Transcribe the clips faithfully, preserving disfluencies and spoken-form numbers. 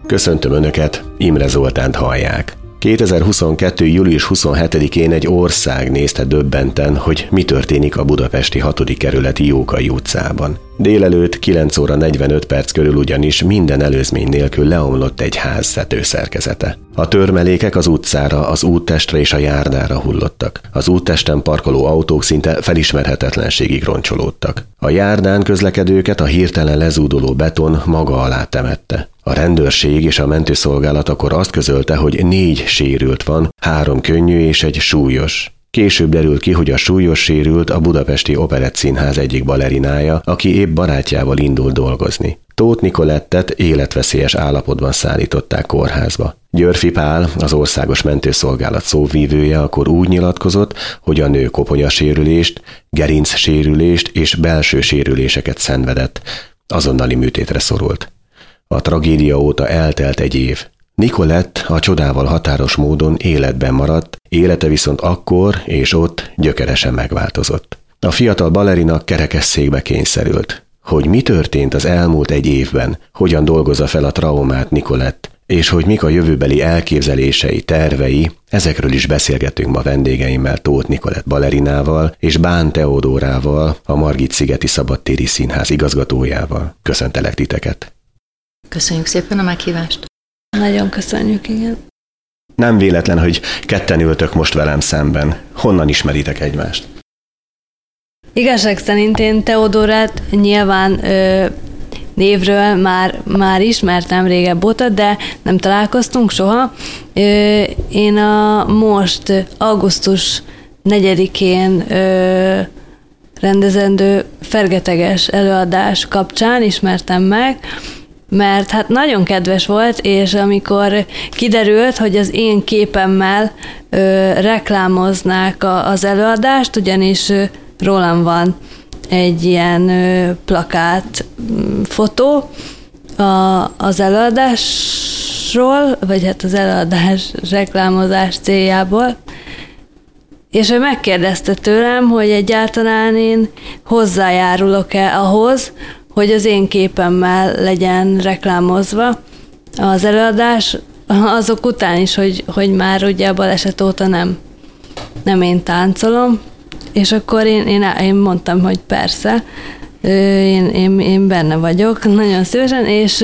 Köszöntöm Önöket, Imre Zoltánt hallják. kétezer-huszonkettő. július huszonhetedikén egy ország nézte döbbenten, hogy mi történik a budapesti hatodik kerületi Jókai utcában. Délelőtt kilenc óra negyvenöt perc körül ugyanis minden előzmény nélkül leomlott egy ház tetőszerkezete. A törmelékek az utcára, az úttestre és a járdára hullottak. Az úttesten parkoló autók szinte felismerhetetlenségig roncsolódtak. A járdán közlekedőket a hirtelen lezúduló beton maga alá temette. A rendőrség és a mentőszolgálat akkor azt közölte, hogy négy sérült van, három könnyű és egy súlyos. Később derült ki, hogy a súlyos sérült a Budapesti Operettszínház egyik balerinája, aki épp barátjával indult dolgozni. Tóth Nicolettet életveszélyes állapotban szállították kórházba. Györfi Pál, az országos mentőszolgálat szóvívője akkor úgy nyilatkozott, hogy a nő koponyasérülést, gerincsérülést és belső sérüléseket szenvedett. Azonnali műtétre szorult. A tragédia óta eltelt egy év. Nicolett a csodával határos módon életben maradt, élete viszont akkor és ott gyökeresen megváltozott. A fiatal balerina kerekesszékbe kényszerült. Hogy mi történt az elmúlt egy évben, hogyan dolgozza fel a traumát Nicolett, és hogy mik a jövőbeli elképzelései, tervei, ezekről is beszélgetünk ma vendégeimmel, Tóth Nicolett balerinával és Bán Teodórával, a Margit-szigeti Szabadtéri Színház igazgatójával. Köszöntelek titeket! Köszönjük szépen a meghívást! Nagyon köszönjük, igen. Nem véletlen, hogy ketten ültök most velem szemben. Honnan ismeritek egymást? Igazság szerint én Teodórát nyilván ö, névről már, már ismertem régebb óta, de nem találkoztunk soha. Ö, én a most augusztus negyedikén ö, rendezendő fergeteges előadás kapcsán ismertem meg, mert hát nagyon kedves volt, és amikor kiderült, hogy az én képemmel ö, reklámoznák a, az előadást, ugyanis ö, rólam van egy ilyen ö, plakát ö, fotó a, az előadásról, vagy hát az előadás reklámozás céljából, és ő megkérdezte tőlem, hogy egyáltalán én hozzájárulok-e ahhoz, hogy az én képemmel legyen reklámozva az előadás, azok után is, hogy, hogy már ugye a baleset óta nem, nem én táncolom, és akkor én, én, én mondtam, hogy persze, én, én, én benne vagyok, nagyon szívesen, és,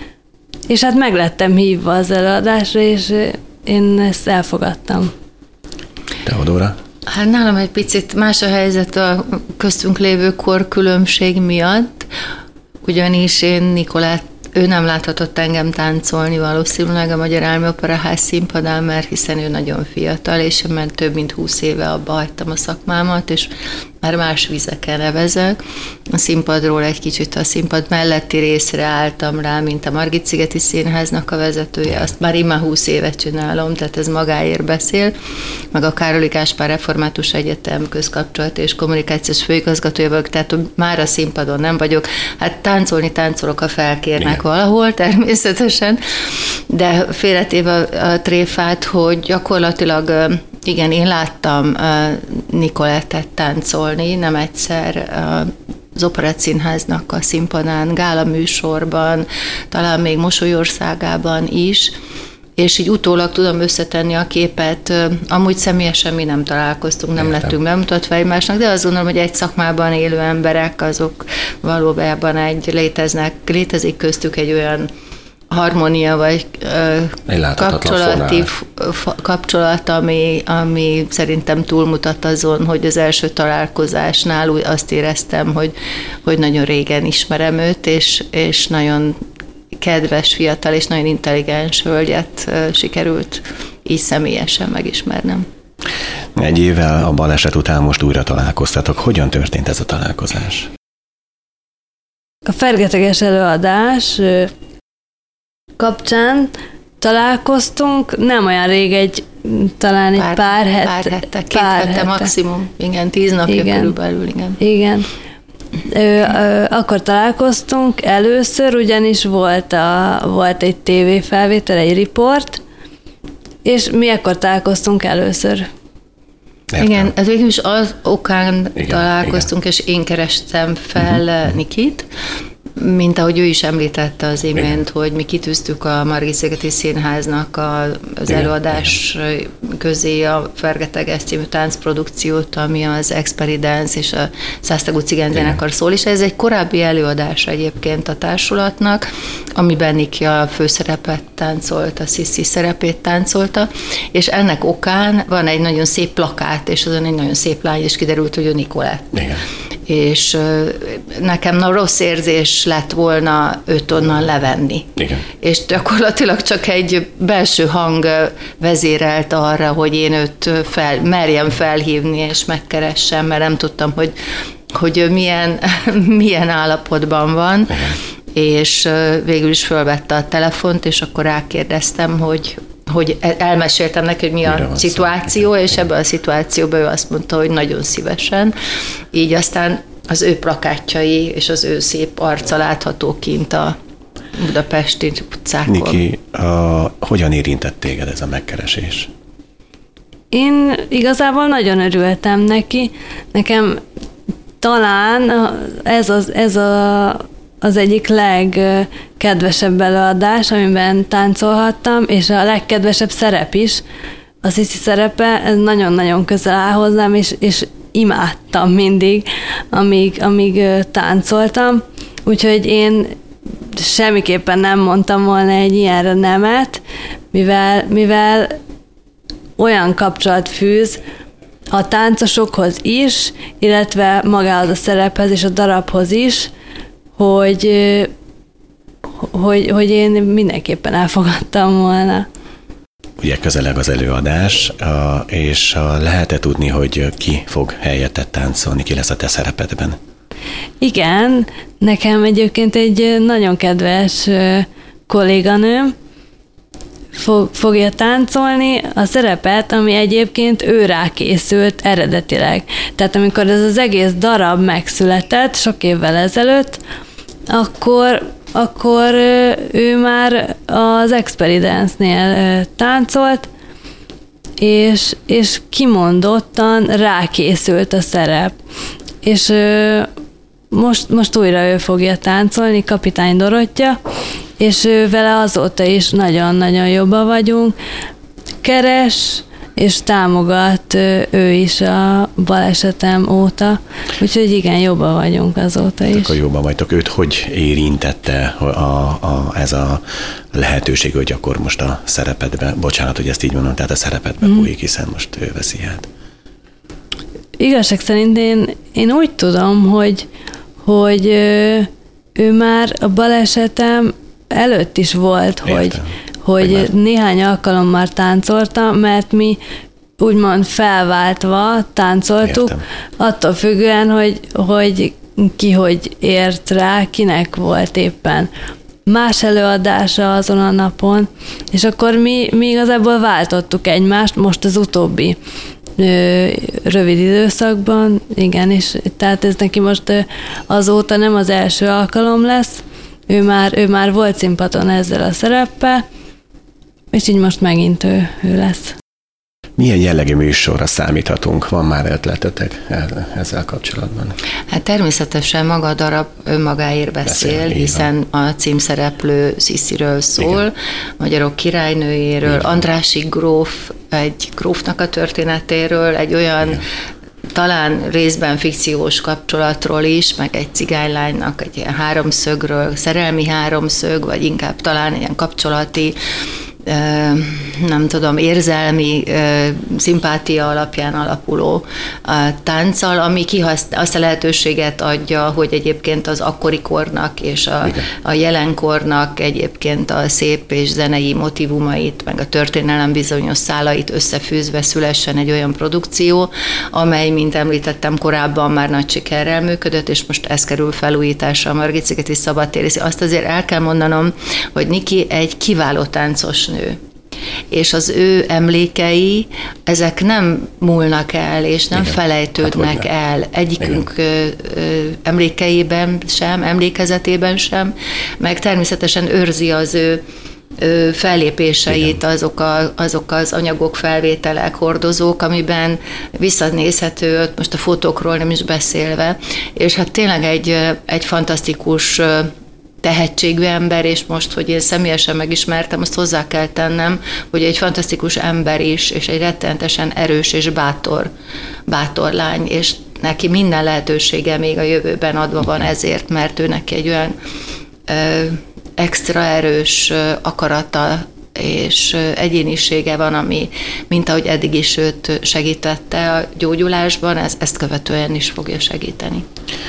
és hát meglettem hívva az előadásra, és én ezt elfogadtam. Teodóra? Hát nálam egy picit más a helyzet a köztünk lévő korkülönbség miatt, ugyanis én Nicolett, ő nem láthatott engem táncolni valószínűleg a Magyar Állami Operaház színpadán, mert hiszen ő nagyon fiatal, és mert több mint húsz éve abba hagytam a szakmámat, és már más vizeken nevezek. A színpadról egy kicsit a színpad melletti részre álltam rá, mint a Margit-szigeti Színháznak a vezetője. Azt már immár húsz évet csinálom, tehát ez magáért beszél. Meg a Károli Gáspár Református Egyetem közkapcsolat és kommunikációs főigazgatója vagyok, tehát már a színpadon nem vagyok. Hát táncolni táncolok, ha felkérnek igen. valahol, természetesen, de félretéve a, a tréfát, hogy gyakorlatilag igen, én láttam uh, Nicolettet táncolni, nem egyszer uh, az Operettszínháznak a színpadán, gála műsorban, talán még Mosolyországában is, és így utólag tudom összetenni a képet. Uh, amúgy személyesen mi nem találkoztunk, nem Értem. lettünk bemutatva egymásnak, de azt gondolom, hogy egy szakmában élő emberek, azok valóban egy léteznek, létezik köztük egy olyan harmónia, vagy uh, kapcsolati kapcsolat, ami, ami szerintem túlmutat azon, hogy az első találkozásnál úgy azt éreztem, hogy, hogy nagyon régen ismerem őt, és, és nagyon kedves, fiatal és nagyon intelligens hölgyet uh, sikerült így személyesen megismernem. Egy évvel a baleset után most újra találkoztatok. Hogyan történt ez a találkozás? A fergeteges előadás kapcsán találkoztunk, nem olyan rég, egy talán egy pár, pár hete. Pár hete, két pár hete, hete maximum. Igen, tíz napja igen. körülbelül, igen. Igen. Ö, ö, akkor találkoztunk először, ugyanis volt, a, volt egy tévéfelvétel, egy riport, és mi akkor találkoztunk először. Értem. Igen, ez végül is az okán igen, találkoztunk, igen. és én kerestem fel uh-huh. Nikit, mint ahogy ő is említette az imént, igen. hogy mi kitűztük a Margit-szigeti Színháznak a, az igen, előadás igen. közé a Fergeteges című táncprodukciót, ami az Experience és a Szásztagú Cigányzenekar szól, és ez egy korábbi előadás egyébként a társulatnak, amiben Niki a főszerepet táncolt, a Sissi szerepét táncolta, és ennek okán van egy nagyon szép plakát, és azon egy nagyon szép lány, és kiderült, hogy ő Nikolett. Igen. És nekem na, rossz érzés lett volna őt onnan levenni. Igen. És gyakorlatilag csak egy belső hang vezérelt arra, hogy én őt fel, merjem felhívni és megkeressem, mert nem tudtam, hogy, hogy milyen, milyen állapotban van. Igen. És végül is fölvette a telefont, és akkor rákérdeztem, hogy hogy elmeséltem neki, hogy mi Mire a szituáció, szó? És ebben a szituációban ő azt mondta, hogy nagyon szívesen. Így aztán az ő plakátjai és az ő szép arca látható kint a budapesti utcákon. Niki, a, hogyan érintett téged ez a megkeresés? Én igazából nagyon örültem neki. Nekem talán ez az, ez a az egyik legkedvesebb előadás, amiben táncolhattam, és a legkedvesebb szerep is, a Sissi szerepe, ez nagyon-nagyon közel áll hozzám, és, és imádtam mindig, amíg, amíg táncoltam. Úgyhogy én semmiképpen nem mondtam volna egy ilyenre nemet, mivel, mivel olyan kapcsolat fűz a táncosokhoz is, illetve magához a szerephez és a darabhoz is, hogy, hogy, hogy én mindenképpen elfogadtam volna. Ugye közeleg az előadás, és lehet-e tudni, hogy ki fog helyettet táncolni, ki lesz a te szerepedben? Igen, nekem egyébként egy nagyon kedves kolléganőm fog, fogja táncolni a szerepet, ami egyébként ő rákészült eredetileg. Tehát amikor ez az egész darab megszületett sok évvel ezelőtt, akkor, akkor ő már az Experience-nél táncolt, és, és kimondottan rákészült a szerep. És most, most újra ő fogja táncolni, Kapitány Dorottya, és ő vele azóta is nagyon-nagyon jobban vagyunk. Keres és támogat ő is a balesetem óta, úgyhogy igen, jobban vagyunk azóta is. Akkor jobban vagytok. Őt hogy érintette a, a, ez a lehetőség, hogy akkor most a szerepedbe, bocsánat, hogy ezt így mondom, tehát a szerepedbe mm. bújik, hiszen most ő veszi át. Igazság szerint én, én úgy tudom, hogy, hogy ő már a balesetem előtt is volt, Értem. hogy hogy Megvan. néhány alkalommal táncoltam, mert mi úgymond felváltva táncoltuk, Értem. attól függően, hogy, hogy ki hogy ért rá, kinek volt éppen más előadása azon a napon, és akkor mi, mi igazából váltottuk egymást, most az utóbbi ö, rövid időszakban, igen, és tehát ez neki most ö, azóta nem az első alkalom lesz, ő már, ő már volt színpadon ezzel a szereppel, és így most megint ő, ő lesz. Milyen jellegű műsorra számíthatunk? Van már ötletetek ezzel kapcsolatban? Hát természetesen maga a darab önmagáért beszél, beszél hiszen a címszereplő Sissiről szól, Igen. magyarok királynőjéről, Igen. Andrássy gróf, egy grófnak a történetéről, egy olyan Igen. talán részben fikciós kapcsolatról is, meg egy cigánylánynak egy ilyen háromszögről, szerelmi háromszög, vagy inkább talán ilyen kapcsolati, nem tudom, érzelmi szimpátia alapján alapuló tánccal, ami kihaszt, azt a lehetőséget adja, hogy egyébként az akkori kornak és a, a jelenkornak egyébként a szép és zenei motivumait, meg a történelem bizonyos szálait összefűzve szülessen egy olyan produkció, amely, mint említettem korábban, már nagy sikerrel működött, és most ez kerül felújításra a Margit-szigeti szabadtéri. Azt azért el kell mondanom, hogy Niki egy kiváló táncos nő. És az ő emlékei, ezek nem múlnak el, és nem Igen. felejtődnek hát, el egyikünk Igen. emlékeiben sem, emlékezetében sem, meg természetesen őrzi az ő fellépéseit, azok, a, azok az anyagok, felvételek, hordozók, amiben visszanézhető, most a fotókról nem is beszélve, és hát tényleg egy, egy fantasztikus tehetségű ember, és most, hogy én személyesen megismertem, azt hozzá kell tennem, hogy egy fantasztikus ember is, és egy rettenetesen erős és bátor, bátor lány, és neki minden lehetősége még a jövőben adva van ezért, mert ő neki egy olyan ö, extra erős ö, akarata és ö, egyénisége van, ami, mint ahogy eddig is őt segítette a gyógyulásban, ez, ezt követően is fogja segíteni.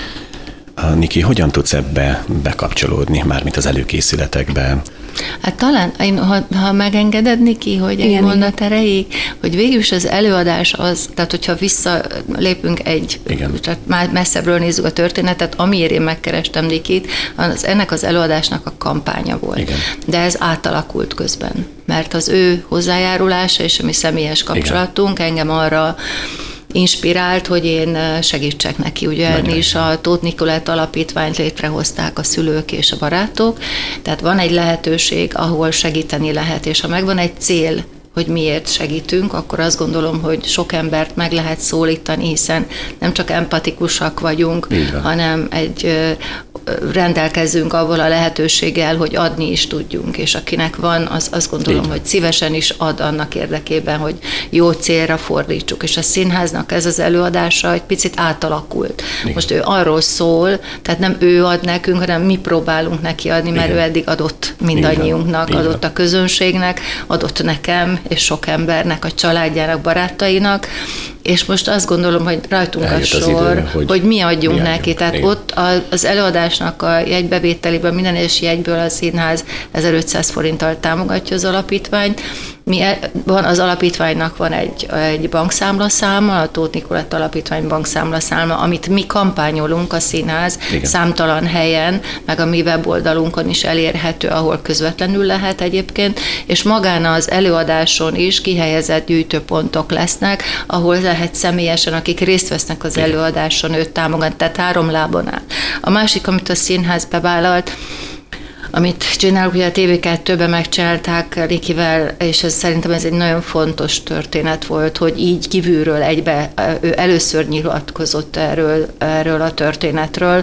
Niki, hogyan tudsz ebbe bekapcsolódni, mármint az előkészületekbe? Hát talán, én, ha, ha megengeded, Niki, hogy egy mondat erejéig, hogy végül is az előadás az, tehát hogyha visszalépünk egy, tehát már messzebbről nézzük a történetet, amiért én megkerestem Nikit, az ennek az előadásnak a kampánya volt. Igen. De ez átalakult közben, mert az ő hozzájárulása és a mi személyes kapcsolatunk Igen. engem arra inspirált, hogy én segítsek neki, ugyanis a Tóth Nikolett Alapítványt létrehozták a szülők és a barátok, tehát van egy lehetőség, ahol segíteni lehet, és ha megvan egy cél, hogy miért segítünk, akkor azt gondolom, hogy sok embert meg lehet szólítani, hiszen nem csak empatikusak vagyunk, hanem egy rendelkezzünk avval a lehetőséggel, hogy adni is tudjunk, és akinek van, az azt gondolom, Igen. hogy szívesen is ad annak érdekében, hogy jó célra fordítsuk, és a színháznak ez az előadása egy picit átalakult. Igen. Most ő arról szól, tehát nem ő ad nekünk, hanem mi próbálunk neki adni, mert Igen. ő eddig adott mindannyiunknak, Igen. adott a közönségnek, adott nekem, és sok embernek, a családjának, barátainak, és most azt gondolom, hogy rajtunk Eljött a sor, idő, hogy, hogy mi adjunk mi neki. Tehát Igen. ott az előadásnak a jegybevételében, minden egyes jegyből a színház ezerötszáz forinttal támogatja az alapítványt. Mi van, az alapítványnak van egy, egy bankszámlaszáma, a Tóth Nikolett Alapítvány bankszámlaszáma, amit mi kampányolunk a színház Igen. számtalan helyen, meg a mi weboldalunkon is elérhető, ahol közvetlenül lehet egyébként, és magán az előadáson is kihelyezett gyűjtőpontok lesznek, ahol lehet személyesen, akik részt vesznek az Igen. előadáson, őt támogat, tehát három lábon áll. A másik, amit a színház bevállalt, amit csinálunk, ugye a té vé kettőben megcsinálták Likivel, és ez, szerintem ez egy nagyon fontos történet volt, hogy így kívülről egybe, ő először nyilatkozott erről, erről a történetről.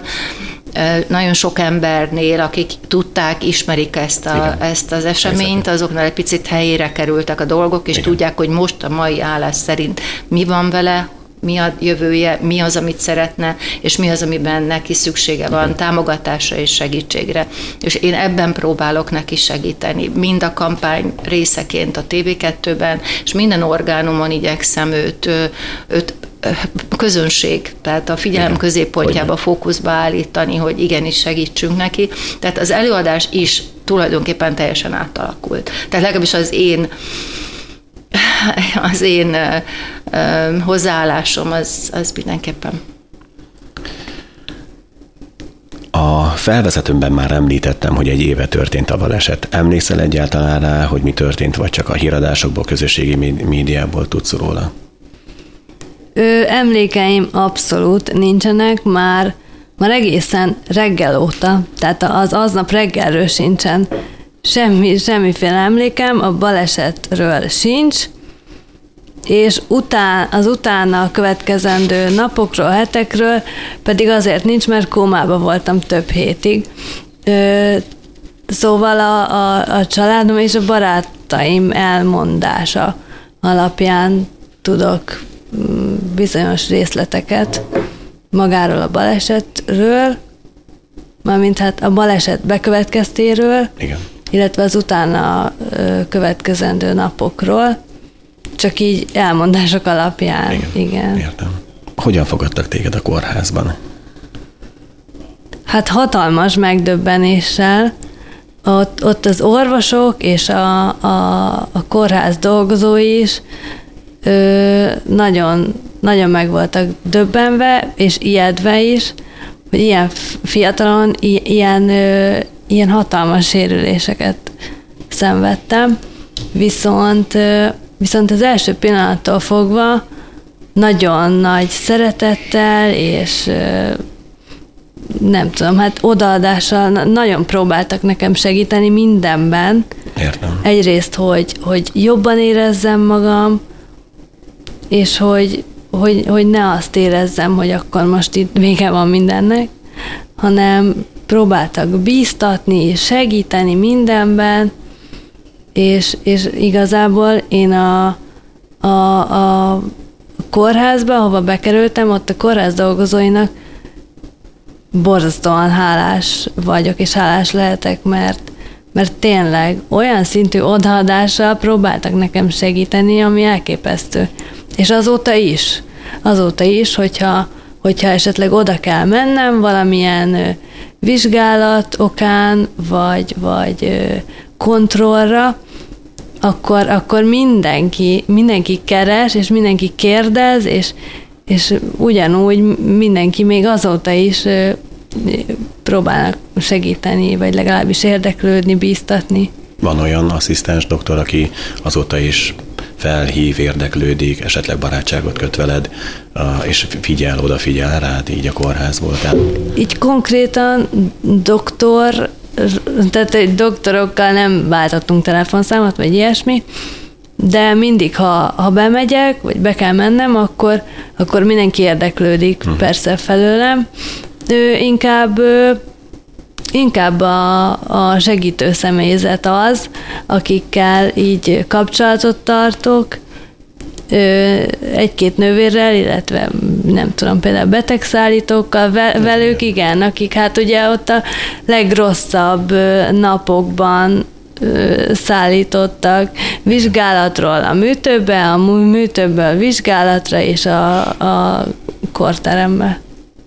Nagyon sok embernél, akik tudták, ismerik ezt, a, ezt az eseményt, azoknál egy picit helyére kerültek a dolgok, és Igen. tudják, hogy most a mai állás szerint mi van vele, mi a jövője, mi az, amit szeretne, és mi az, amiben neki szüksége van, Igen. támogatásra és segítségre. És én ebben próbálok neki segíteni. Mind a kampány részeként a té vé kettőben, és minden orgánumon igyekszem őt, őt közönség, tehát a figyelem Igen. középpontjába, Hogyan. fókuszba állítani, hogy igenis segítsünk neki. Tehát az előadás is tulajdonképpen teljesen átalakult. Tehát legalábbis az én az én ö, ö, hozzáállásom az, az mindenképpen. A felvezetőmben már említettem, hogy egy éve történt a baleset. Emlékszel egyáltalán rá, hogy mi történt, vagy csak a híradásokból, közösségi médiából tudsz róla? Ö, emlékeim abszolút nincsenek, már, már egészen reggel óta, tehát az aznap reggelről sincsen semmi, semmiféle emlékem, a balesetről sincs, és után, az utána következendő napokról, hetekről pedig azért nincs, mert kómában voltam több hétig. Ö, szóval a, a, a családom és a barátaim elmondása alapján tudok bizonyos részleteket magáról a balesetről, mármint hát a baleset bekövetkeztéről, Igen. illetve az utána következendő napokról, csak így elmondások alapján. Igen. Igen. Értem. Hogyan fogadtak téged a kórházban? Hát hatalmas megdöbbenéssel. Ott, ott az orvosok és a, a, a kórház dolgozói is ö, nagyon, nagyon meg voltak döbbenve, és ijedve is, hogy ilyen fiatalon i, ilyen, ö, ilyen hatalmas sérüléseket szenvedtem. Viszont, ö, viszont az első pillanattól fogva nagyon nagy szeretettel és ö, nem tudom, hát odaadással nagyon próbáltak nekem segíteni mindenben. Értem. Egyrészt, hogy, hogy jobban érezzem magam, és hogy, hogy, hogy ne azt érezzem, hogy akkor most itt vége van mindennek, hanem, próbáltak bíztatni, segíteni mindenben, és, és igazából én a, a, a kórházba, ahova bekerültem, ott a kórház dolgozóinak borzasztóan hálás vagyok, és hálás lehetek, mert, mert tényleg olyan szintű odaadással próbáltak nekem segíteni, ami elképesztő. És azóta is, azóta is, hogyha, hogyha esetleg oda kell mennem valamilyen vizsgálat okán, vagy, vagy kontrollra, akkor, akkor mindenki, mindenki keres, és mindenki kérdez, és, és ugyanúgy mindenki még azóta is próbálnak segíteni, vagy legalábbis érdeklődni, bíztatni. Van olyan asszisztens doktor, aki azóta is felhív, érdeklődik, esetleg barátságot köt veled, és figyel, odafigyel rád így a kórházból. Tehát... Így konkrétan doktor, tehát egy doktorokkal nem váltottunk telefonszámot, vagy ilyesmi, de mindig, ha, ha bemegyek, vagy be kell mennem, akkor, akkor mindenki érdeklődik hmm. persze felőlem. Ő inkább, inkább a, a segítő személyzet az, akikkel így kapcsolatot tartok, egy-két nővérrel, illetve nem tudom, például betegszállítókkal, velük igen, akik hát ugye ott a legrosszabb napokban szállítottak vizsgálatról a műtőbe, a műtőből vizsgálatra és a, a kórterembe.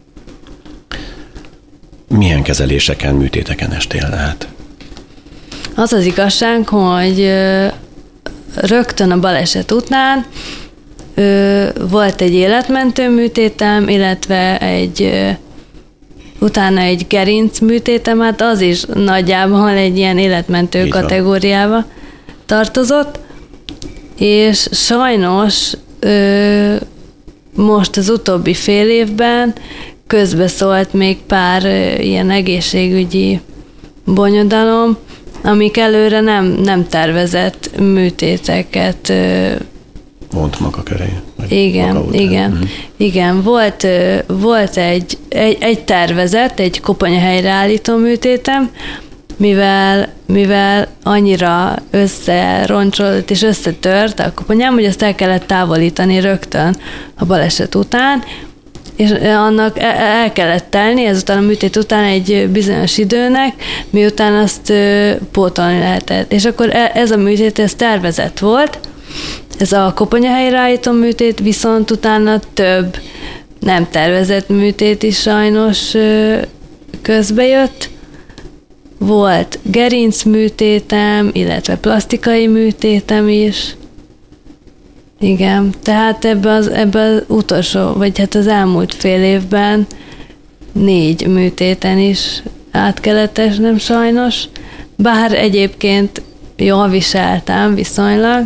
Milyen kezeléseken, műtéteken estél át? Az az igazság, hogy rögtön a baleset után ö, volt egy életmentő műtétem, illetve egy ö, utána egy gerinc műtétem, hát az is nagyjából egy ilyen életmentő Így kategóriába van. tartozott, és sajnos ö, most az utóbbi fél évben közbeszólt még pár ö, ilyen egészségügyi bonyodalom, amik előre nem, nem tervezett műtéteket vont maga köré. Igen, maga igen, uh-huh. igen. Volt, volt egy, egy, egy tervezet, egy koponya helyreállító műtétem, mivel, mivel annyira összeroncsolódott és összetört a koponyám, hogy azt el kellett távolítani rögtön a baleset után, és annak el kellett telni, ezután a műtét után egy bizonyos időnek, miután azt pótolni lehetett. És akkor ez a műtét, ez tervezett volt, ez a koponya helyreállító műtét, viszont utána több nem tervezett műtét is sajnos közbejött. Volt gerincműtétem, illetve plastikai műtétem is. Igen, tehát ebben az, ebbe az utolsó, vagy hát az elmúlt fél évben négy műtéten is át kellett esnem sajnos, bár egyébként jól viseltem viszonylag,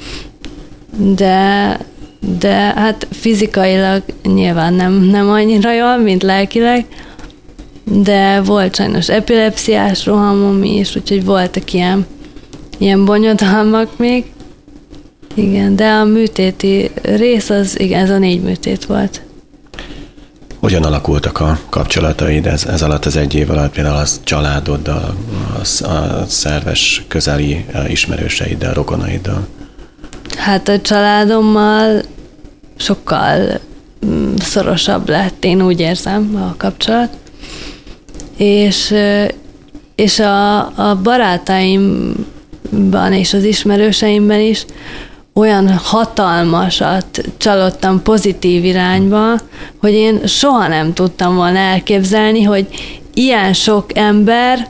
de, de hát fizikailag nyilván nem, nem annyira jól, mint lelkileg, de volt sajnos epilepsziás rohamom is, úgyhogy voltak ilyen, ilyen bonyodalmak még. Igen, de a műtéti rész az, igen, ez a négy műtét volt. Hogyan alakultak a kapcsolataid ez, ez alatt az egy év alatt, például a családoddal, a, a szerves közeli ismerőseiddel, rokonaiddal? Hát a családommal sokkal szorosabb lett, én úgy érzem, a kapcsolat. És, és a, a barátaimban és az ismerőseimben is olyan hatalmasat csalódtam pozitív irányba, hogy én soha nem tudtam volna elképzelni, hogy ilyen sok ember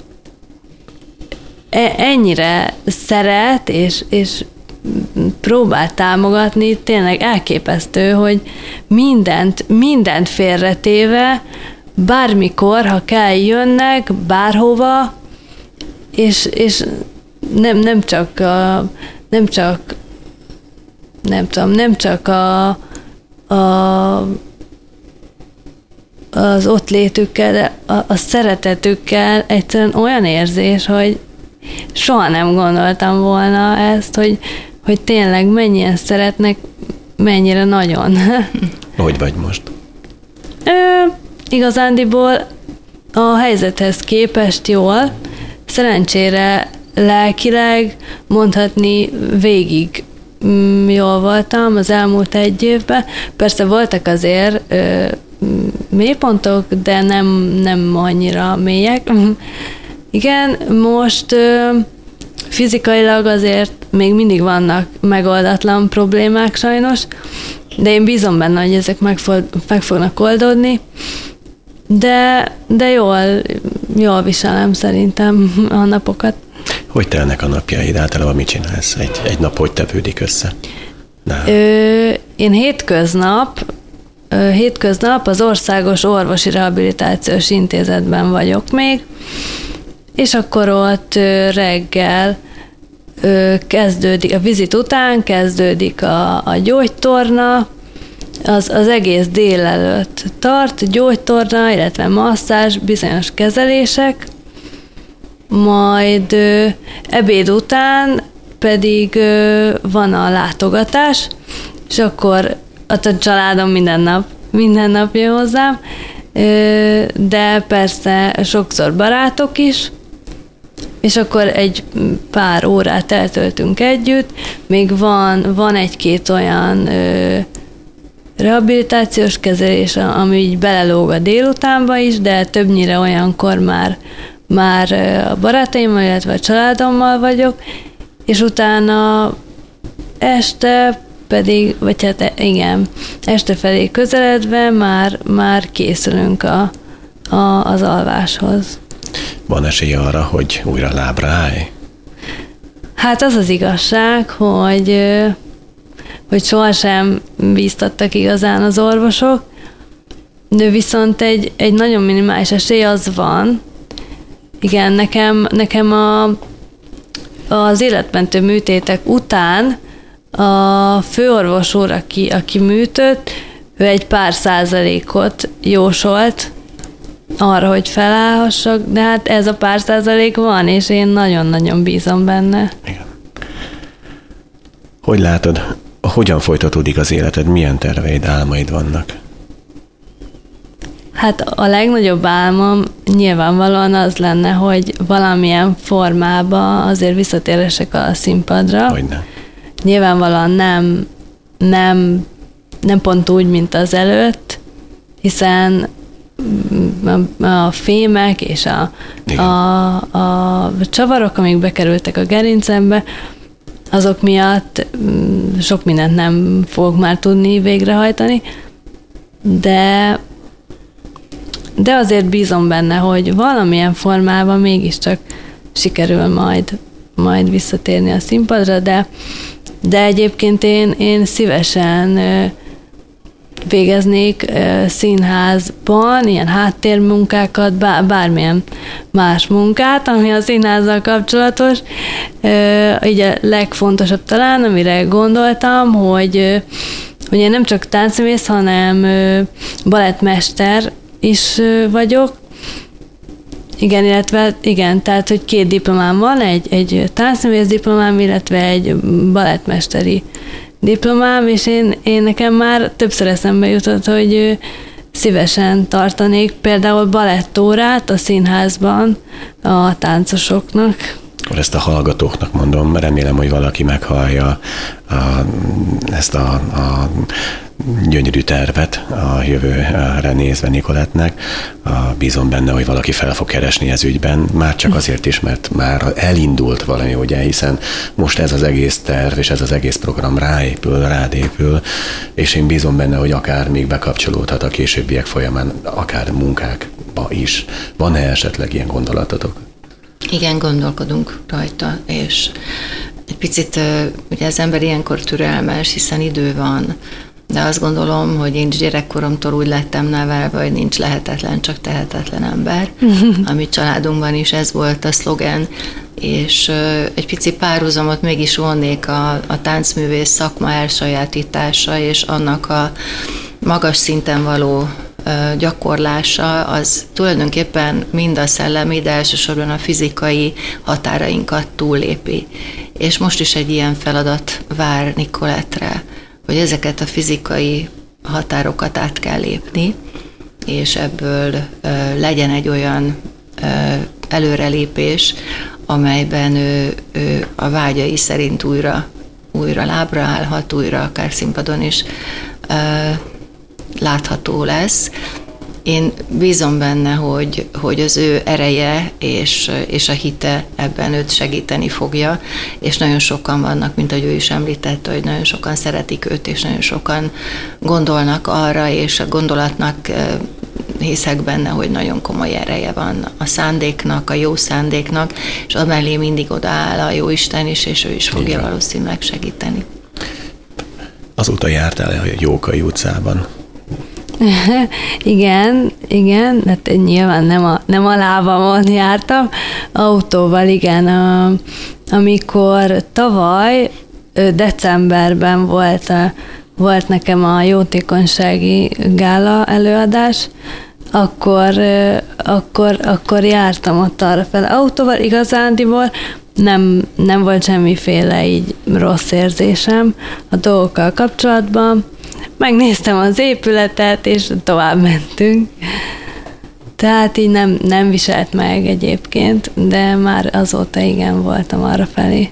ennyire szeret, és, és próbál támogatni, tényleg elképesztő, hogy mindent, mindent félretéve, bármikor, ha kell, jönnek, bárhova, és, és nem, nem csak a, nem csak nem tudom, nem csak a, a az ott létükkel, de a, a szeretetükkel egyszerűen olyan érzés, hogy soha nem gondoltam volna ezt, hogy, hogy tényleg mennyien szeretnek, mennyire nagyon. Hogy vagy most? Ö, igazándiból a helyzethez képest jól. Szerencsére lelkileg mondhatni végig jól voltam az elmúlt egy évben. Persze voltak azért ö, mélypontok, de nem, nem annyira mélyek. Igen, most ö, fizikailag azért még mindig vannak megoldatlan problémák sajnos, de én bízom benne, hogy ezek meg, fog, meg fognak oldódni, de, de jól, jól viselem szerintem a napokat. Hogy telnek a napjaid? Általában mit csinálsz? Egy, egy nap hogy tevődik össze? Ö, én hétköznap, ö, hétköznap az Országos Orvosi Rehabilitációs Intézetben vagyok még, és akkor ott ö, reggel ö, kezdődik, a vizit után kezdődik a, a gyógytorna, az, az egész délelőtt tart, gyógytorna, illetve masszázs, bizonyos kezelések, majd ö, ebéd után pedig ö, van a látogatás, és akkor ott a családom minden nap, minden nap jön hozzám, ö, de persze sokszor barátok is, és akkor egy pár órát eltöltünk együtt, még van, van egy-két olyan ö, rehabilitációs kezelés, ami így belelóg a délutánba is, de többnyire olyankor már már a barátaimmal, illetve a családommal vagyok, és utána este pedig, vagy hát igen, este felé közeledve már, már készülünk a, a, az alváshoz. Van esély arra, hogy újra lábra állj? Hát az az igazság, hogy, hogy sohasem bíztattak igazán az orvosok, de viszont egy, egy nagyon minimális esély az van. Igen, nekem, nekem a, az életmentő műtétek után a főorvos úr, aki, aki műtött, ő egy pár százalékot jósolt arra, hogy felállhassak, de hát ez a pár százalék van, és én nagyon-nagyon bízom benne. Igen. Hogy látod, hogyan folytatódik az életed, milyen terveid, álmaid vannak? Hát a legnagyobb álmom nyilvánvalóan az lenne, hogy valamilyen formában azért visszatérhessek a színpadra. Hogyne. Nyilvánvalóan nem, nem, nem pont úgy, mint az előtt, hiszen a, a fémek és a, a, a csavarok, amik bekerültek a gerincembe, azok miatt sok mindent nem fogok már tudni végrehajtani, de de azért bízom benne, hogy valamilyen formában mégiscsak sikerül majd, majd visszatérni a színpadra, de, de egyébként én, én szívesen végeznék színházban ilyen háttérmunkákat, bármilyen más munkát, ami a színházzal kapcsolatos. Így a legfontosabb talán, amire gondoltam, hogy, hogy én nem csak táncművész, hanem balettmester is vagyok. Igen, illetve igen, tehát, hogy két diplomám van, egy, egy táncművész diplomám, illetve egy balettmesteri diplomám, és én, én nekem már többször eszembe jutott, hogy szívesen tartanék például balettórát a színházban a táncosoknak. Akkor ezt a hallgatóknak mondom, remélem, hogy valaki meghallja a, ezt a, a gyönyörű tervet a jövőre nézve Nicolettnek. Bízom benne, hogy valaki fel fog keresni ez ügyben, már csak azért is, mert már elindult valami, ugye, hiszen most ez az egész terv és ez az egész program ráépül, rád épül, és én bízom benne, hogy akár még bekapcsolódhat a későbbiek folyamán, akár munkákba is. Van-e esetleg ilyen gondolatotok? Igen, gondolkodunk rajta, és egy picit ugye az ember ilyenkor türelmes, hiszen idő van, de azt gondolom, hogy én gyerekkoromtól úgy lettem nevelve, hogy nincs lehetetlen, csak tehetetlen ember. A mi családunkban is ez volt a szlogen, és egy pici párhuzamot mégis vonnék a, a táncművész szakma elsajátítása, és annak a magas szinten való gyakorlása, az tulajdonképpen mind a szellemi, de elsősorban a fizikai határainkat túllépi. És most is egy ilyen feladat vár Nicolettre, hogy ezeket a fizikai határokat át kell lépni, és ebből legyen egy olyan előrelépés, amelyben ő, ő a vágyai szerint újra, újra lábra állhat, újra akár színpadon is látható lesz. Én bízom benne, hogy, hogy az ő ereje és, és a hite ebben őt segíteni fogja, és nagyon sokan vannak, mint ahogy ő is említette, hogy nagyon sokan szeretik őt, és nagyon sokan gondolnak arra, és a gondolatnak hiszek benne, hogy nagyon komoly ereje van a szándéknak, a jó szándéknak, és amellé mindig odaáll a Jóisten is, és ő is fogja valószínűleg segíteni. Azóta jártál a Jókai utcában? igen, igen, hát nyilván nem a, nem a lábamon jártam, autóval, igen. A, amikor tavaly decemberben volt, a, volt nekem a jótékonysági gála előadás, akkor, akkor, akkor jártam ott arra fel autóval, igazándiból nem, nem volt semmiféle így rossz érzésem a dolgokkal kapcsolatban. Megnéztem az épületet, és tovább mentünk. Tehát így nem, nem viselt meg egyébként, de már azóta igen voltam arra felé.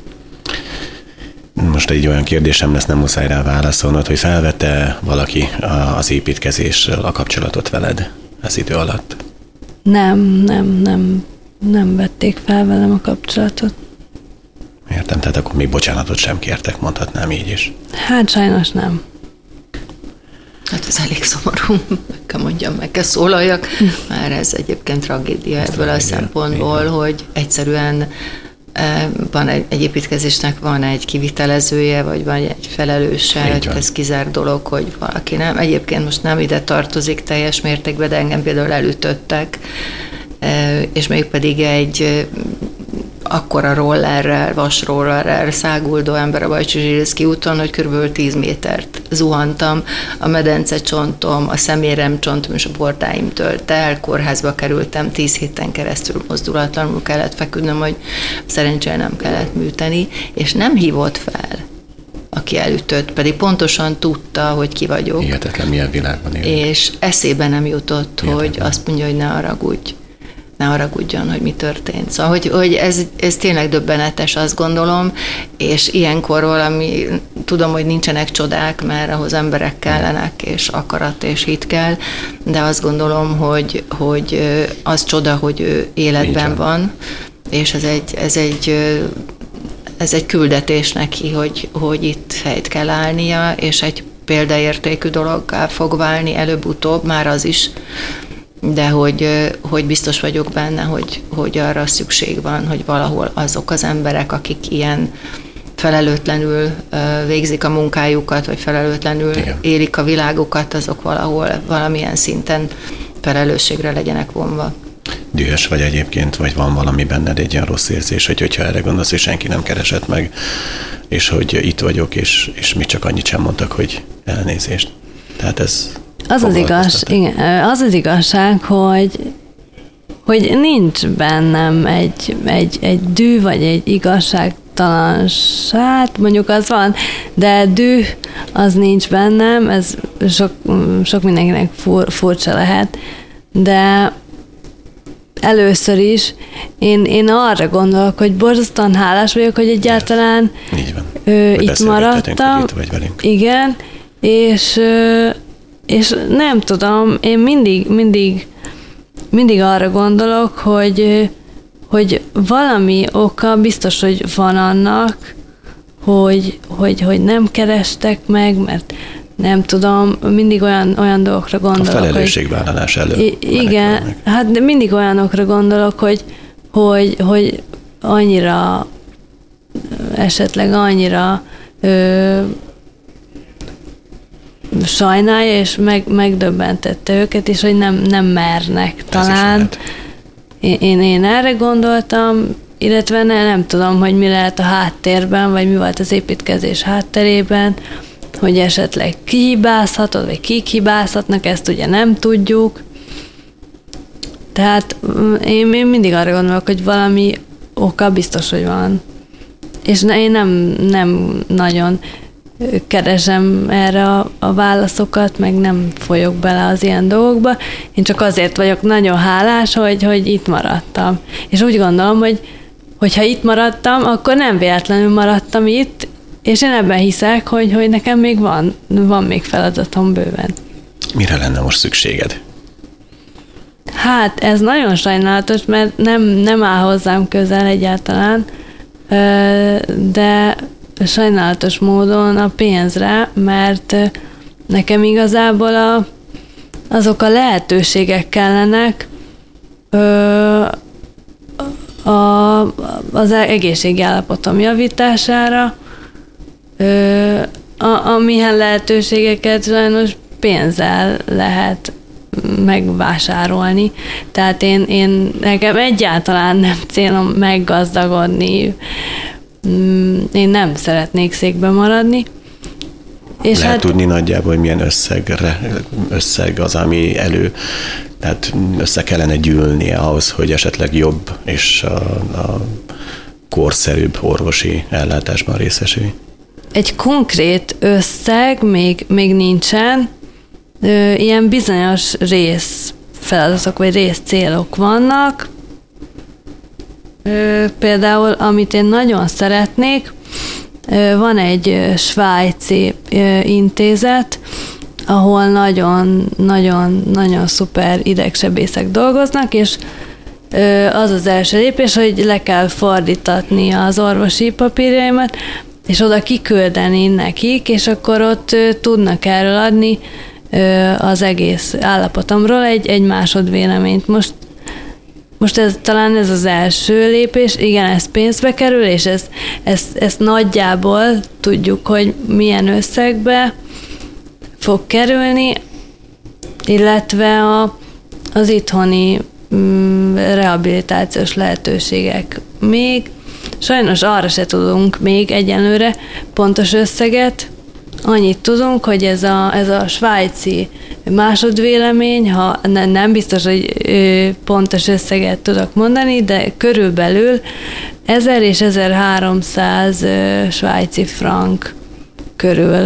Most egy olyan kérdésem lesz, nem muszáj rá válaszolnod, hogy felvette valaki az építkezéssel a kapcsolatot veled az idő alatt? Nem, nem, nem, nem vették fel velem a kapcsolatot. Értem, tehát akkor még bocsánatot sem kértek, mondhatnám így is. Hát sajnos nem. Hát ez elég szomorú, meg kell mondjam, meg kell szólaljak, már ez egyébként tragédia ez ebből a szempontból, hogy egyszerűen van egy, egy építkezésnek van egy kivitelezője, vagy van egy felelőse, ez kizárt dolog, hogy valaki nem. Egyébként most nem ide tartozik teljes mértékben, de engem például elütöttek, és még pedig egy akkora rollerrel, vasrollerrel száguldó ember a Bajcsy-Zsilinszky úton, hogy körülbelül tíz métert zuhantam, a medencecsontom, a szeméremcsontom és a bordáim tölte el, kórházba kerültem, tíz héten keresztül mozdulatlanul kellett feküdnöm, hogy szerencsére nem kellett műteni, és nem hívott fel, aki elütött, pedig pontosan tudta, hogy ki vagyok. Hihetetlen, milyen világban élünk. És eszébe nem jutott, Hihetetlen. Hogy azt mondja, hogy ne haragudj. ne haragudjon, hogy mi történt. Szóval, hogy, hogy ez, ez tényleg döbbenetes, azt gondolom, és ilyenkor valami, tudom, hogy nincsenek csodák, mert ahhoz emberek kellenek, és akarat és hit kell, de azt gondolom, hogy, hogy az csoda, hogy ő életben van, és ez egy, ez egy, ez egy küldetés neki, hogy, hogy itt helyt kell állnia, és egy példaértékű dologgá fog válni előbb-utóbb, már az is, de hogy, hogy biztos vagyok benne, hogy, hogy arra szükség van, hogy valahol azok az emberek, akik ilyen felelőtlenül végzik a munkájukat, vagy felelőtlenül Igen. élik a világukat, azok valahol valamilyen szinten felelősségre legyenek vonva. Dühös vagy egyébként, vagy van valami benned egy ilyen rossz érzés, hogy hogyha erre gondolsz, hogy senki nem keresett meg, és hogy itt vagyok, és, és mi csak annyit sem mondtak, hogy elnézést. Tehát ez... Az az, igaz, igen, az az igazság, hogy, hogy nincs bennem egy, egy, egy dű, vagy egy igazságtalanság, mondjuk az van, de dű az nincs bennem, ez sok, sok mindenkinek fur, furcsa lehet, de először is én, én arra gondolok, hogy borzasztóan hálás vagyok, hogy egyáltalán Így van. Ö, itt maradtam. Itt vagy velünk. Igen, és... Ö, És nem tudom, én mindig, mindig, mindig arra gondolok, hogy, hogy valami oka biztos, hogy van annak, hogy, hogy, hogy nem kerestek meg, mert nem tudom, mindig olyan, olyan dolgokra gondolok. A felelősségvállalás elő. Igen, hát de mindig olyanokra gondolok, hogy, hogy, hogy annyira, esetleg annyira ö, sajnálja, és meg, megdöbbentette őket, és hogy nem, nem mernek talán. Én, én, én erre gondoltam, illetve ne, nem tudom, hogy mi lehet a háttérben, vagy mi volt az építkezés hátterében, hogy esetleg kihibázhatod, vagy kik hibázhatnak, ezt ugye nem tudjuk. Tehát én, én mindig arra gondolok, hogy valami oka biztos, hogy van. És ne, én nem, nem nagyon keresem erre a, a válaszokat, meg nem folyok bele az ilyen dolgokba. Én csak azért vagyok nagyon hálás, hogy, hogy itt maradtam. És úgy gondolom, hogy hogyha itt maradtam, akkor nem véletlenül maradtam itt, és én ebben hiszek, hogy, hogy nekem még van, van még feladatom bőven. Mire lenne most szükséged? Hát ez nagyon sajnálatos, mert nem, nem áll hozzám közel egyáltalán, de sajnálatos módon a pénzre, mert nekem igazából a, azok a lehetőségek kellenek a, az egészségi állapotom javítására, a, amilyen lehetőségeket sajnos pénzzel lehet megvásárolni. Tehát én, én nekem egyáltalán nem célom meggazdagodni. Én nem szeretnék székben maradni. És lehet hát, tudni nagyjából, hogy milyen összegre, összeg az, ami elő, tehát össze kellene gyűlnie ahhoz, hogy esetleg jobb és a, a korszerűbb orvosi ellátásban részesülj? Egy konkrét összeg még, még nincsen. Ilyen bizonyos részfeladatok vagy részcélok vannak. Például, amit én nagyon szeretnék, van egy svájci intézet, ahol nagyon-nagyon-nagyon szuper idegsebészek dolgoznak, és az az első lépés, hogy le kell fordítatni az orvosi papírjaimat, és oda kiküldeni nekik, és akkor ott tudnak erről adni az egész állapotomról egy, egy másodvéleményt. Most, most ez, talán ez az első lépés, igen, ez pénzbe kerül, és ezt, ezt, ezt nagyjából tudjuk, hogy milyen összegbe fog kerülni, illetve a, az itthoni mm, rehabilitációs lehetőségek még. Sajnos arra se tudunk még egyenlőre pontos összeget. Annyit tudunk, hogy ez a, ez a svájci másodvélemény, ha ne, nem biztos, hogy pontos összeget tudok mondani, de körülbelül ezer és ezerháromszáz svájci frank körül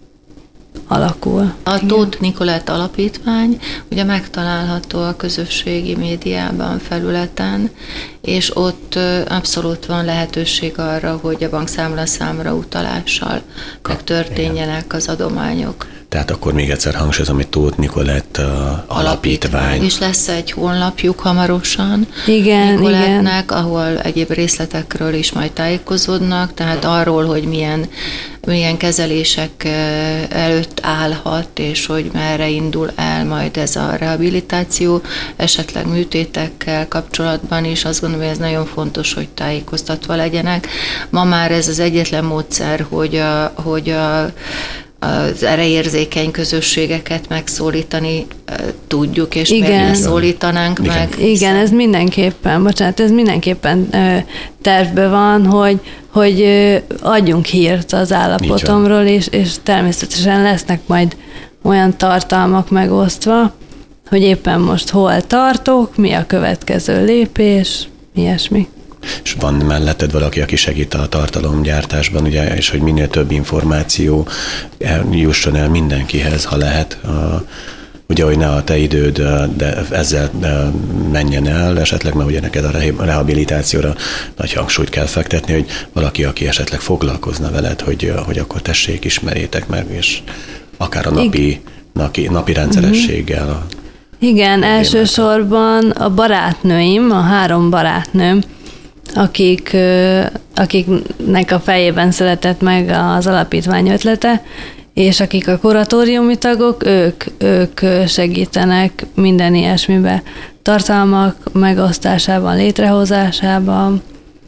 alakul. A Tóth Nikolett Alapítvány ugye megtalálható a közösségi médiában, felületen, és ott abszolút van lehetőség arra, hogy a bankszámla számra utalással megtörténjenek az adományok. Tehát akkor még egyszer hangsúlyozom, hogy Tóth Nikolett Alapítvány. És lesz egy honlapjuk hamarosan. Igen, Nikolettnek, igen. ahol egyéb részletekről is majd tájékozódnak, tehát arról, hogy milyen, milyen kezelések előtt állhat, és hogy merre indul el majd ez a rehabilitáció, esetleg műtétekkel kapcsolatban is. Azt gondolom, hogy ez nagyon fontos, hogy tájékoztatva legyenek. Ma már ez az egyetlen módszer, hogy a, hogy a az erreérzékeny közösségeket megszólítani tudjuk, és igen. miért ne szólítanánk igen. meg. Igen, hiszen... ez mindenképpen, bocsánat, ez mindenképpen tervben van, hogy, hogy adjunk hírt az állapotomról, és, és természetesen lesznek majd olyan tartalmak megosztva, hogy éppen most hol tartok, mi a következő lépés, ilyesmi. És van melletted valaki, aki segít a tartalomgyártásban, ugye, és hogy minél több információ jusson el mindenkihez, ha lehet. A, ugye, hogy ne a te időd, de ezzel menjen el, esetleg, mert ugye neked a rehabilitációra nagy hangsúlyt kell fektetni, hogy valaki, aki esetleg foglalkozna veled, hogy, hogy akkor tessék, ismerjétek meg, és akár a napi, napi, napi rendszerességgel. A Igen, elsősorban a barátnőim, a három barátnőm, akik, akiknek a fejében született meg az alapítvány ötlete, és akik a kuratóriumi tagok, ők, ők segítenek minden ilyesmibe, tartalmak megosztásában, létrehozásában,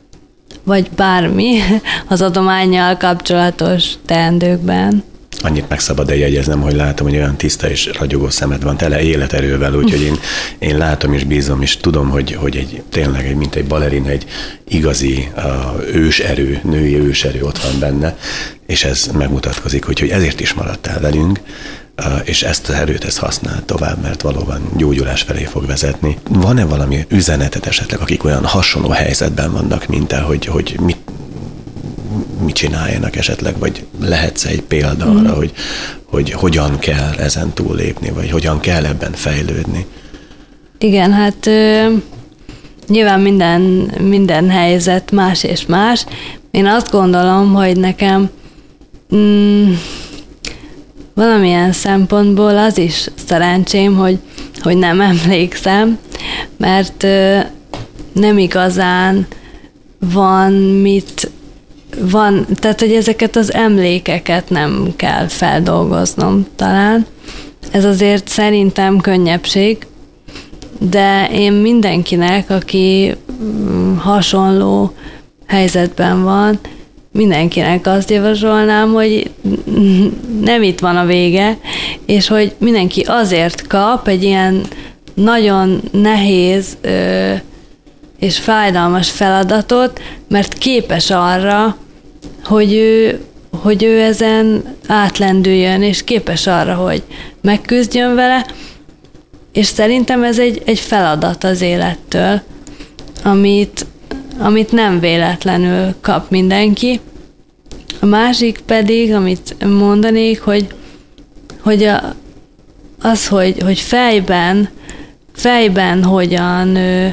vagy bármi az adománnyal kapcsolatos teendőkben. Annyit meg szabad jegyeznem, hogy látom, hogy olyan tiszta és ragyogó szemed van, tele életerővel, úgyhogy én, én látom és bízom, és tudom, hogy, hogy egy, tényleg egy, mint egy balerina, egy igazi uh, őserő, női őserő ott van benne, és ez megmutatkozik, úgyhogy ezért is maradtál velünk, uh, és ezt az erőt ezt használd tovább, mert valóban gyógyulás felé fog vezetni. Van-e valami üzeneted esetleg, akik olyan hasonló helyzetben vannak, mint te, hogy, hogy mit mit csináljanak esetleg, vagy lehetsz egy példa mm. arra, hogy, hogy hogyan kell ezen túllépni, vagy hogyan kell ebben fejlődni? Igen, hát ö, nyilván minden, minden helyzet más és más. Én azt gondolom, hogy nekem mm, valamilyen szempontból az is szerencsém, hogy, hogy nem emlékszem, mert ö, nem igazán van mit, van, tehát hogy ezeket az emlékeket nem kell feldolgoznom talán. Ez azért szerintem könnyebbség, de én mindenkinek, aki hasonló helyzetben van, mindenkinek azt javasolnám, hogy nem itt van a vége, és hogy mindenki azért kap egy ilyen nagyon nehéz ö, és fájdalmas feladatot, mert képes arra, hogy ő, hogy ő ezen átlendüljön, és képes arra, hogy megküzdjön vele, és szerintem ez egy, egy feladat az élettől, amit, amit nem véletlenül kap mindenki. A másik pedig, amit mondanék, hogy, hogy a, az, hogy, hogy fejben, fejben hogyan ö,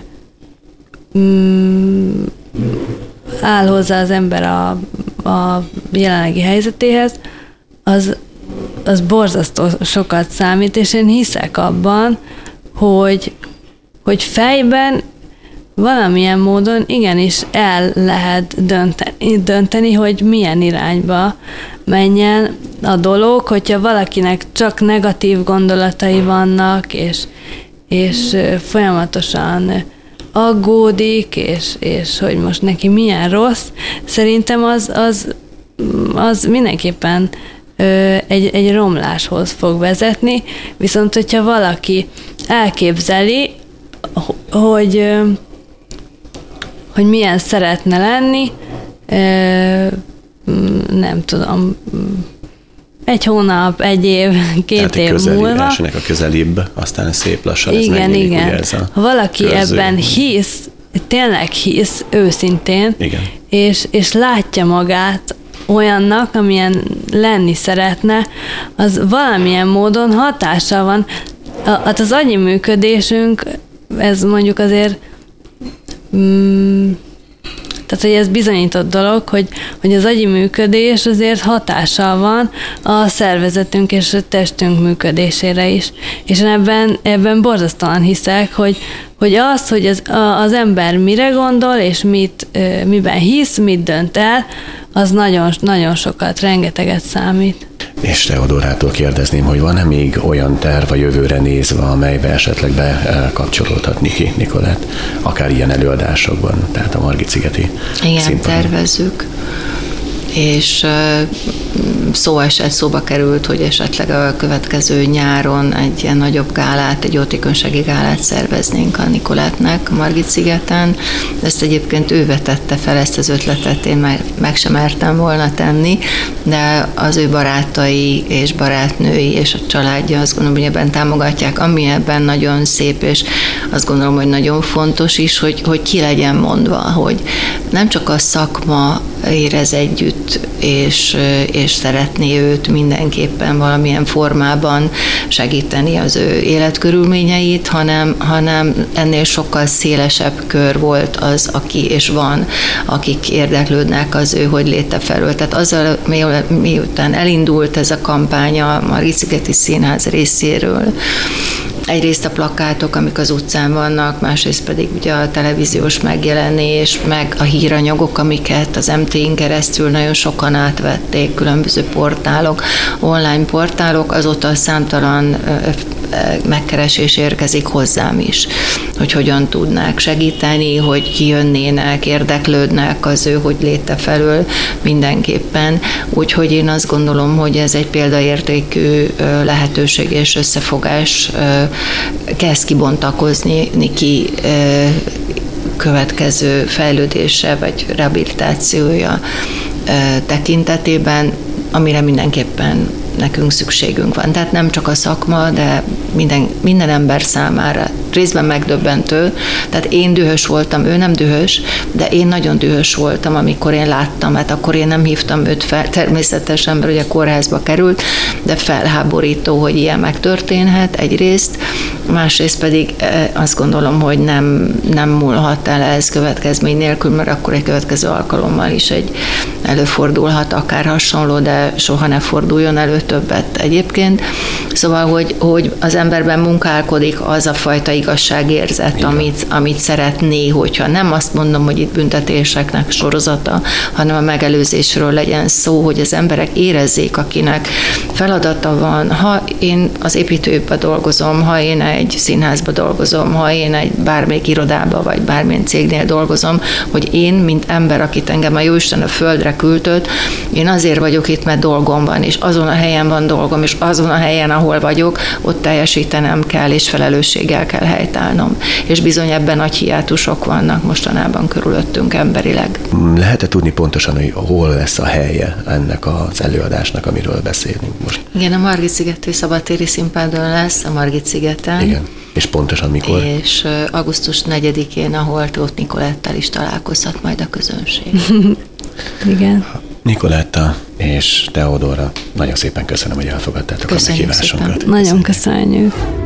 mm, áll hozzá az ember a, a jelenlegi helyzetéhez, az, az borzasztó sokat számít, és én hiszek abban, hogy, hogy fejben valamilyen módon igenis el lehet dönteni, dönteni, hogy milyen irányba menjen a dolog, hogyha valakinek csak negatív gondolatai vannak, és, és folyamatosan aggódik, és, és hogy most neki milyen rossz, szerintem az, az, az mindenképpen egy, egy romláshoz fog vezetni, viszont hogyha valaki elképzeli, hogy, hogy milyen szeretne lenni, nem tudom, egy hónap, egy év, két Tehát év közeli, múlva. Elsőnek a közelibb, aztán szép lassan igen, ez megnyílik, igen. Ugye ez a ha valaki körző. Ebben hisz, tényleg hisz őszintén, igen. És, és látja magát olyannak, amilyen lenni szeretne, az valamilyen módon hatással van. Hát az agyi működésünk, ez mondjuk azért mm, tehát, hogy ez bizonyított dolog, hogy, hogy az agyi működés azért hatással van a szervezetünk és a testünk működésére is. És én ebben, ebben borzasztóan hiszek, hogy, hogy az, hogy az, az ember mire gondol, és mit, miben hisz, mit dönt el, az nagyon, nagyon sokat, rengeteget számít. És Teodórától kérdezném, hogy van-e még olyan terv a jövőre nézve, amelybe esetleg bekapcsolódhatni ki Nikolett, akár ilyen előadásokban, tehát a Margit-szigeti Igen, színpadon. Tervezzük. És szó esett, szóba került, hogy esetleg a következő nyáron egy ilyen nagyobb gálát, egy jótékonysági gálát szerveznénk a Nikolettnek a Margit-szigeten. Ezt egyébként ő vetette fel, ezt az ötletet én meg, meg sem mertem volna tenni, de az ő barátai és barátnői és a családja azt gondolom, hogy ebben támogatják, ami ebben nagyon szép, és azt gondolom, hogy nagyon fontos is, hogy, hogy ki legyen mondva, hogy nem csak a szakma érez együtt, és, és szeretné őt mindenképpen valamilyen formában segíteni az ő életkörülményeit, hanem, hanem ennél sokkal szélesebb kör volt az, aki és van, akik érdeklődnek az ő hogy léte felől. Tehát azzal, miután elindult ez a kampány a Margit-szigeti Színház részéről, egyrészt a plakátok, amik az utcán vannak, másrészt pedig ugye a televíziós megjelenés, meg a híranyagok, amiket az em té í-n keresztül nagyon sokan átvették, különböző portálok, online portálok, azóta számtalan megkeresés érkezik hozzám is, hogy hogyan tudnák segíteni, hogy kijönnének, érdeklődnek az ő hogy léte felől mindenképpen. Úgyhogy én azt gondolom, hogy ez egy példaértékű lehetőség és összefogás kezd kibontakozni ki következő fejlődése vagy rehabilitációja tekintetében, amire mindenképpen nekünk szükségünk van. Tehát nem csak a szakma, de minden, minden ember számára részben megdöbbentő. Tehát én dühös voltam, ő nem dühös, de én nagyon dühös voltam, amikor én láttam, hát akkor én nem hívtam őt fel, természetesen, mert ugye kórházba került, de felháborító, hogy ilyen megtörténhet egyrészt, másrészt pedig azt gondolom, hogy nem, nem múlhat el ez következmény nélkül, mert akkor egy következő alkalommal is egy előfordulhat akár hasonló, de soha ne forduljon elő többet egyébként. Szóval, hogy, hogy az emberben munkálkodik az a fajta igazságérzet, amit, amit szeretné, hogyha nem azt mondom, hogy itt büntetéseknek sorozata, hanem a megelőzésről legyen szó, hogy az emberek érezzék, akinek feladata van. Ha én az építőipben dolgozom, ha én egy színházba dolgozom, ha én egy bármelyik irodába, vagy bármilyen cégnél dolgozom, hogy én, mint ember, akit engem a Jóisten a földre küldött, én azért vagyok itt, mert dolgom van, és azon a helyen van dolgom, és azon a helyen, ahol vagyok, ott teljesítenem kell, és felelősséggel kell helytállnom. És bizony ebben nagy hiátusok vannak mostanában körülöttünk emberileg. Lehet-e tudni pontosan, hogy hol lesz a helye ennek az előadásnak, amiről beszélünk most? Igen, a Margit-szigetű szabadtéri színpadon lesz, a Margit-szigeten. Igen. És pontosan mikor? És augusztus negyedikén, ahol Tóth Nikolettel is találkozhat majd a közönség. Igen. Nikoletta és Teodóra, nagyon szépen köszönöm, hogy elfogadtátok a meghívásunkat. Nagyon köszönjük.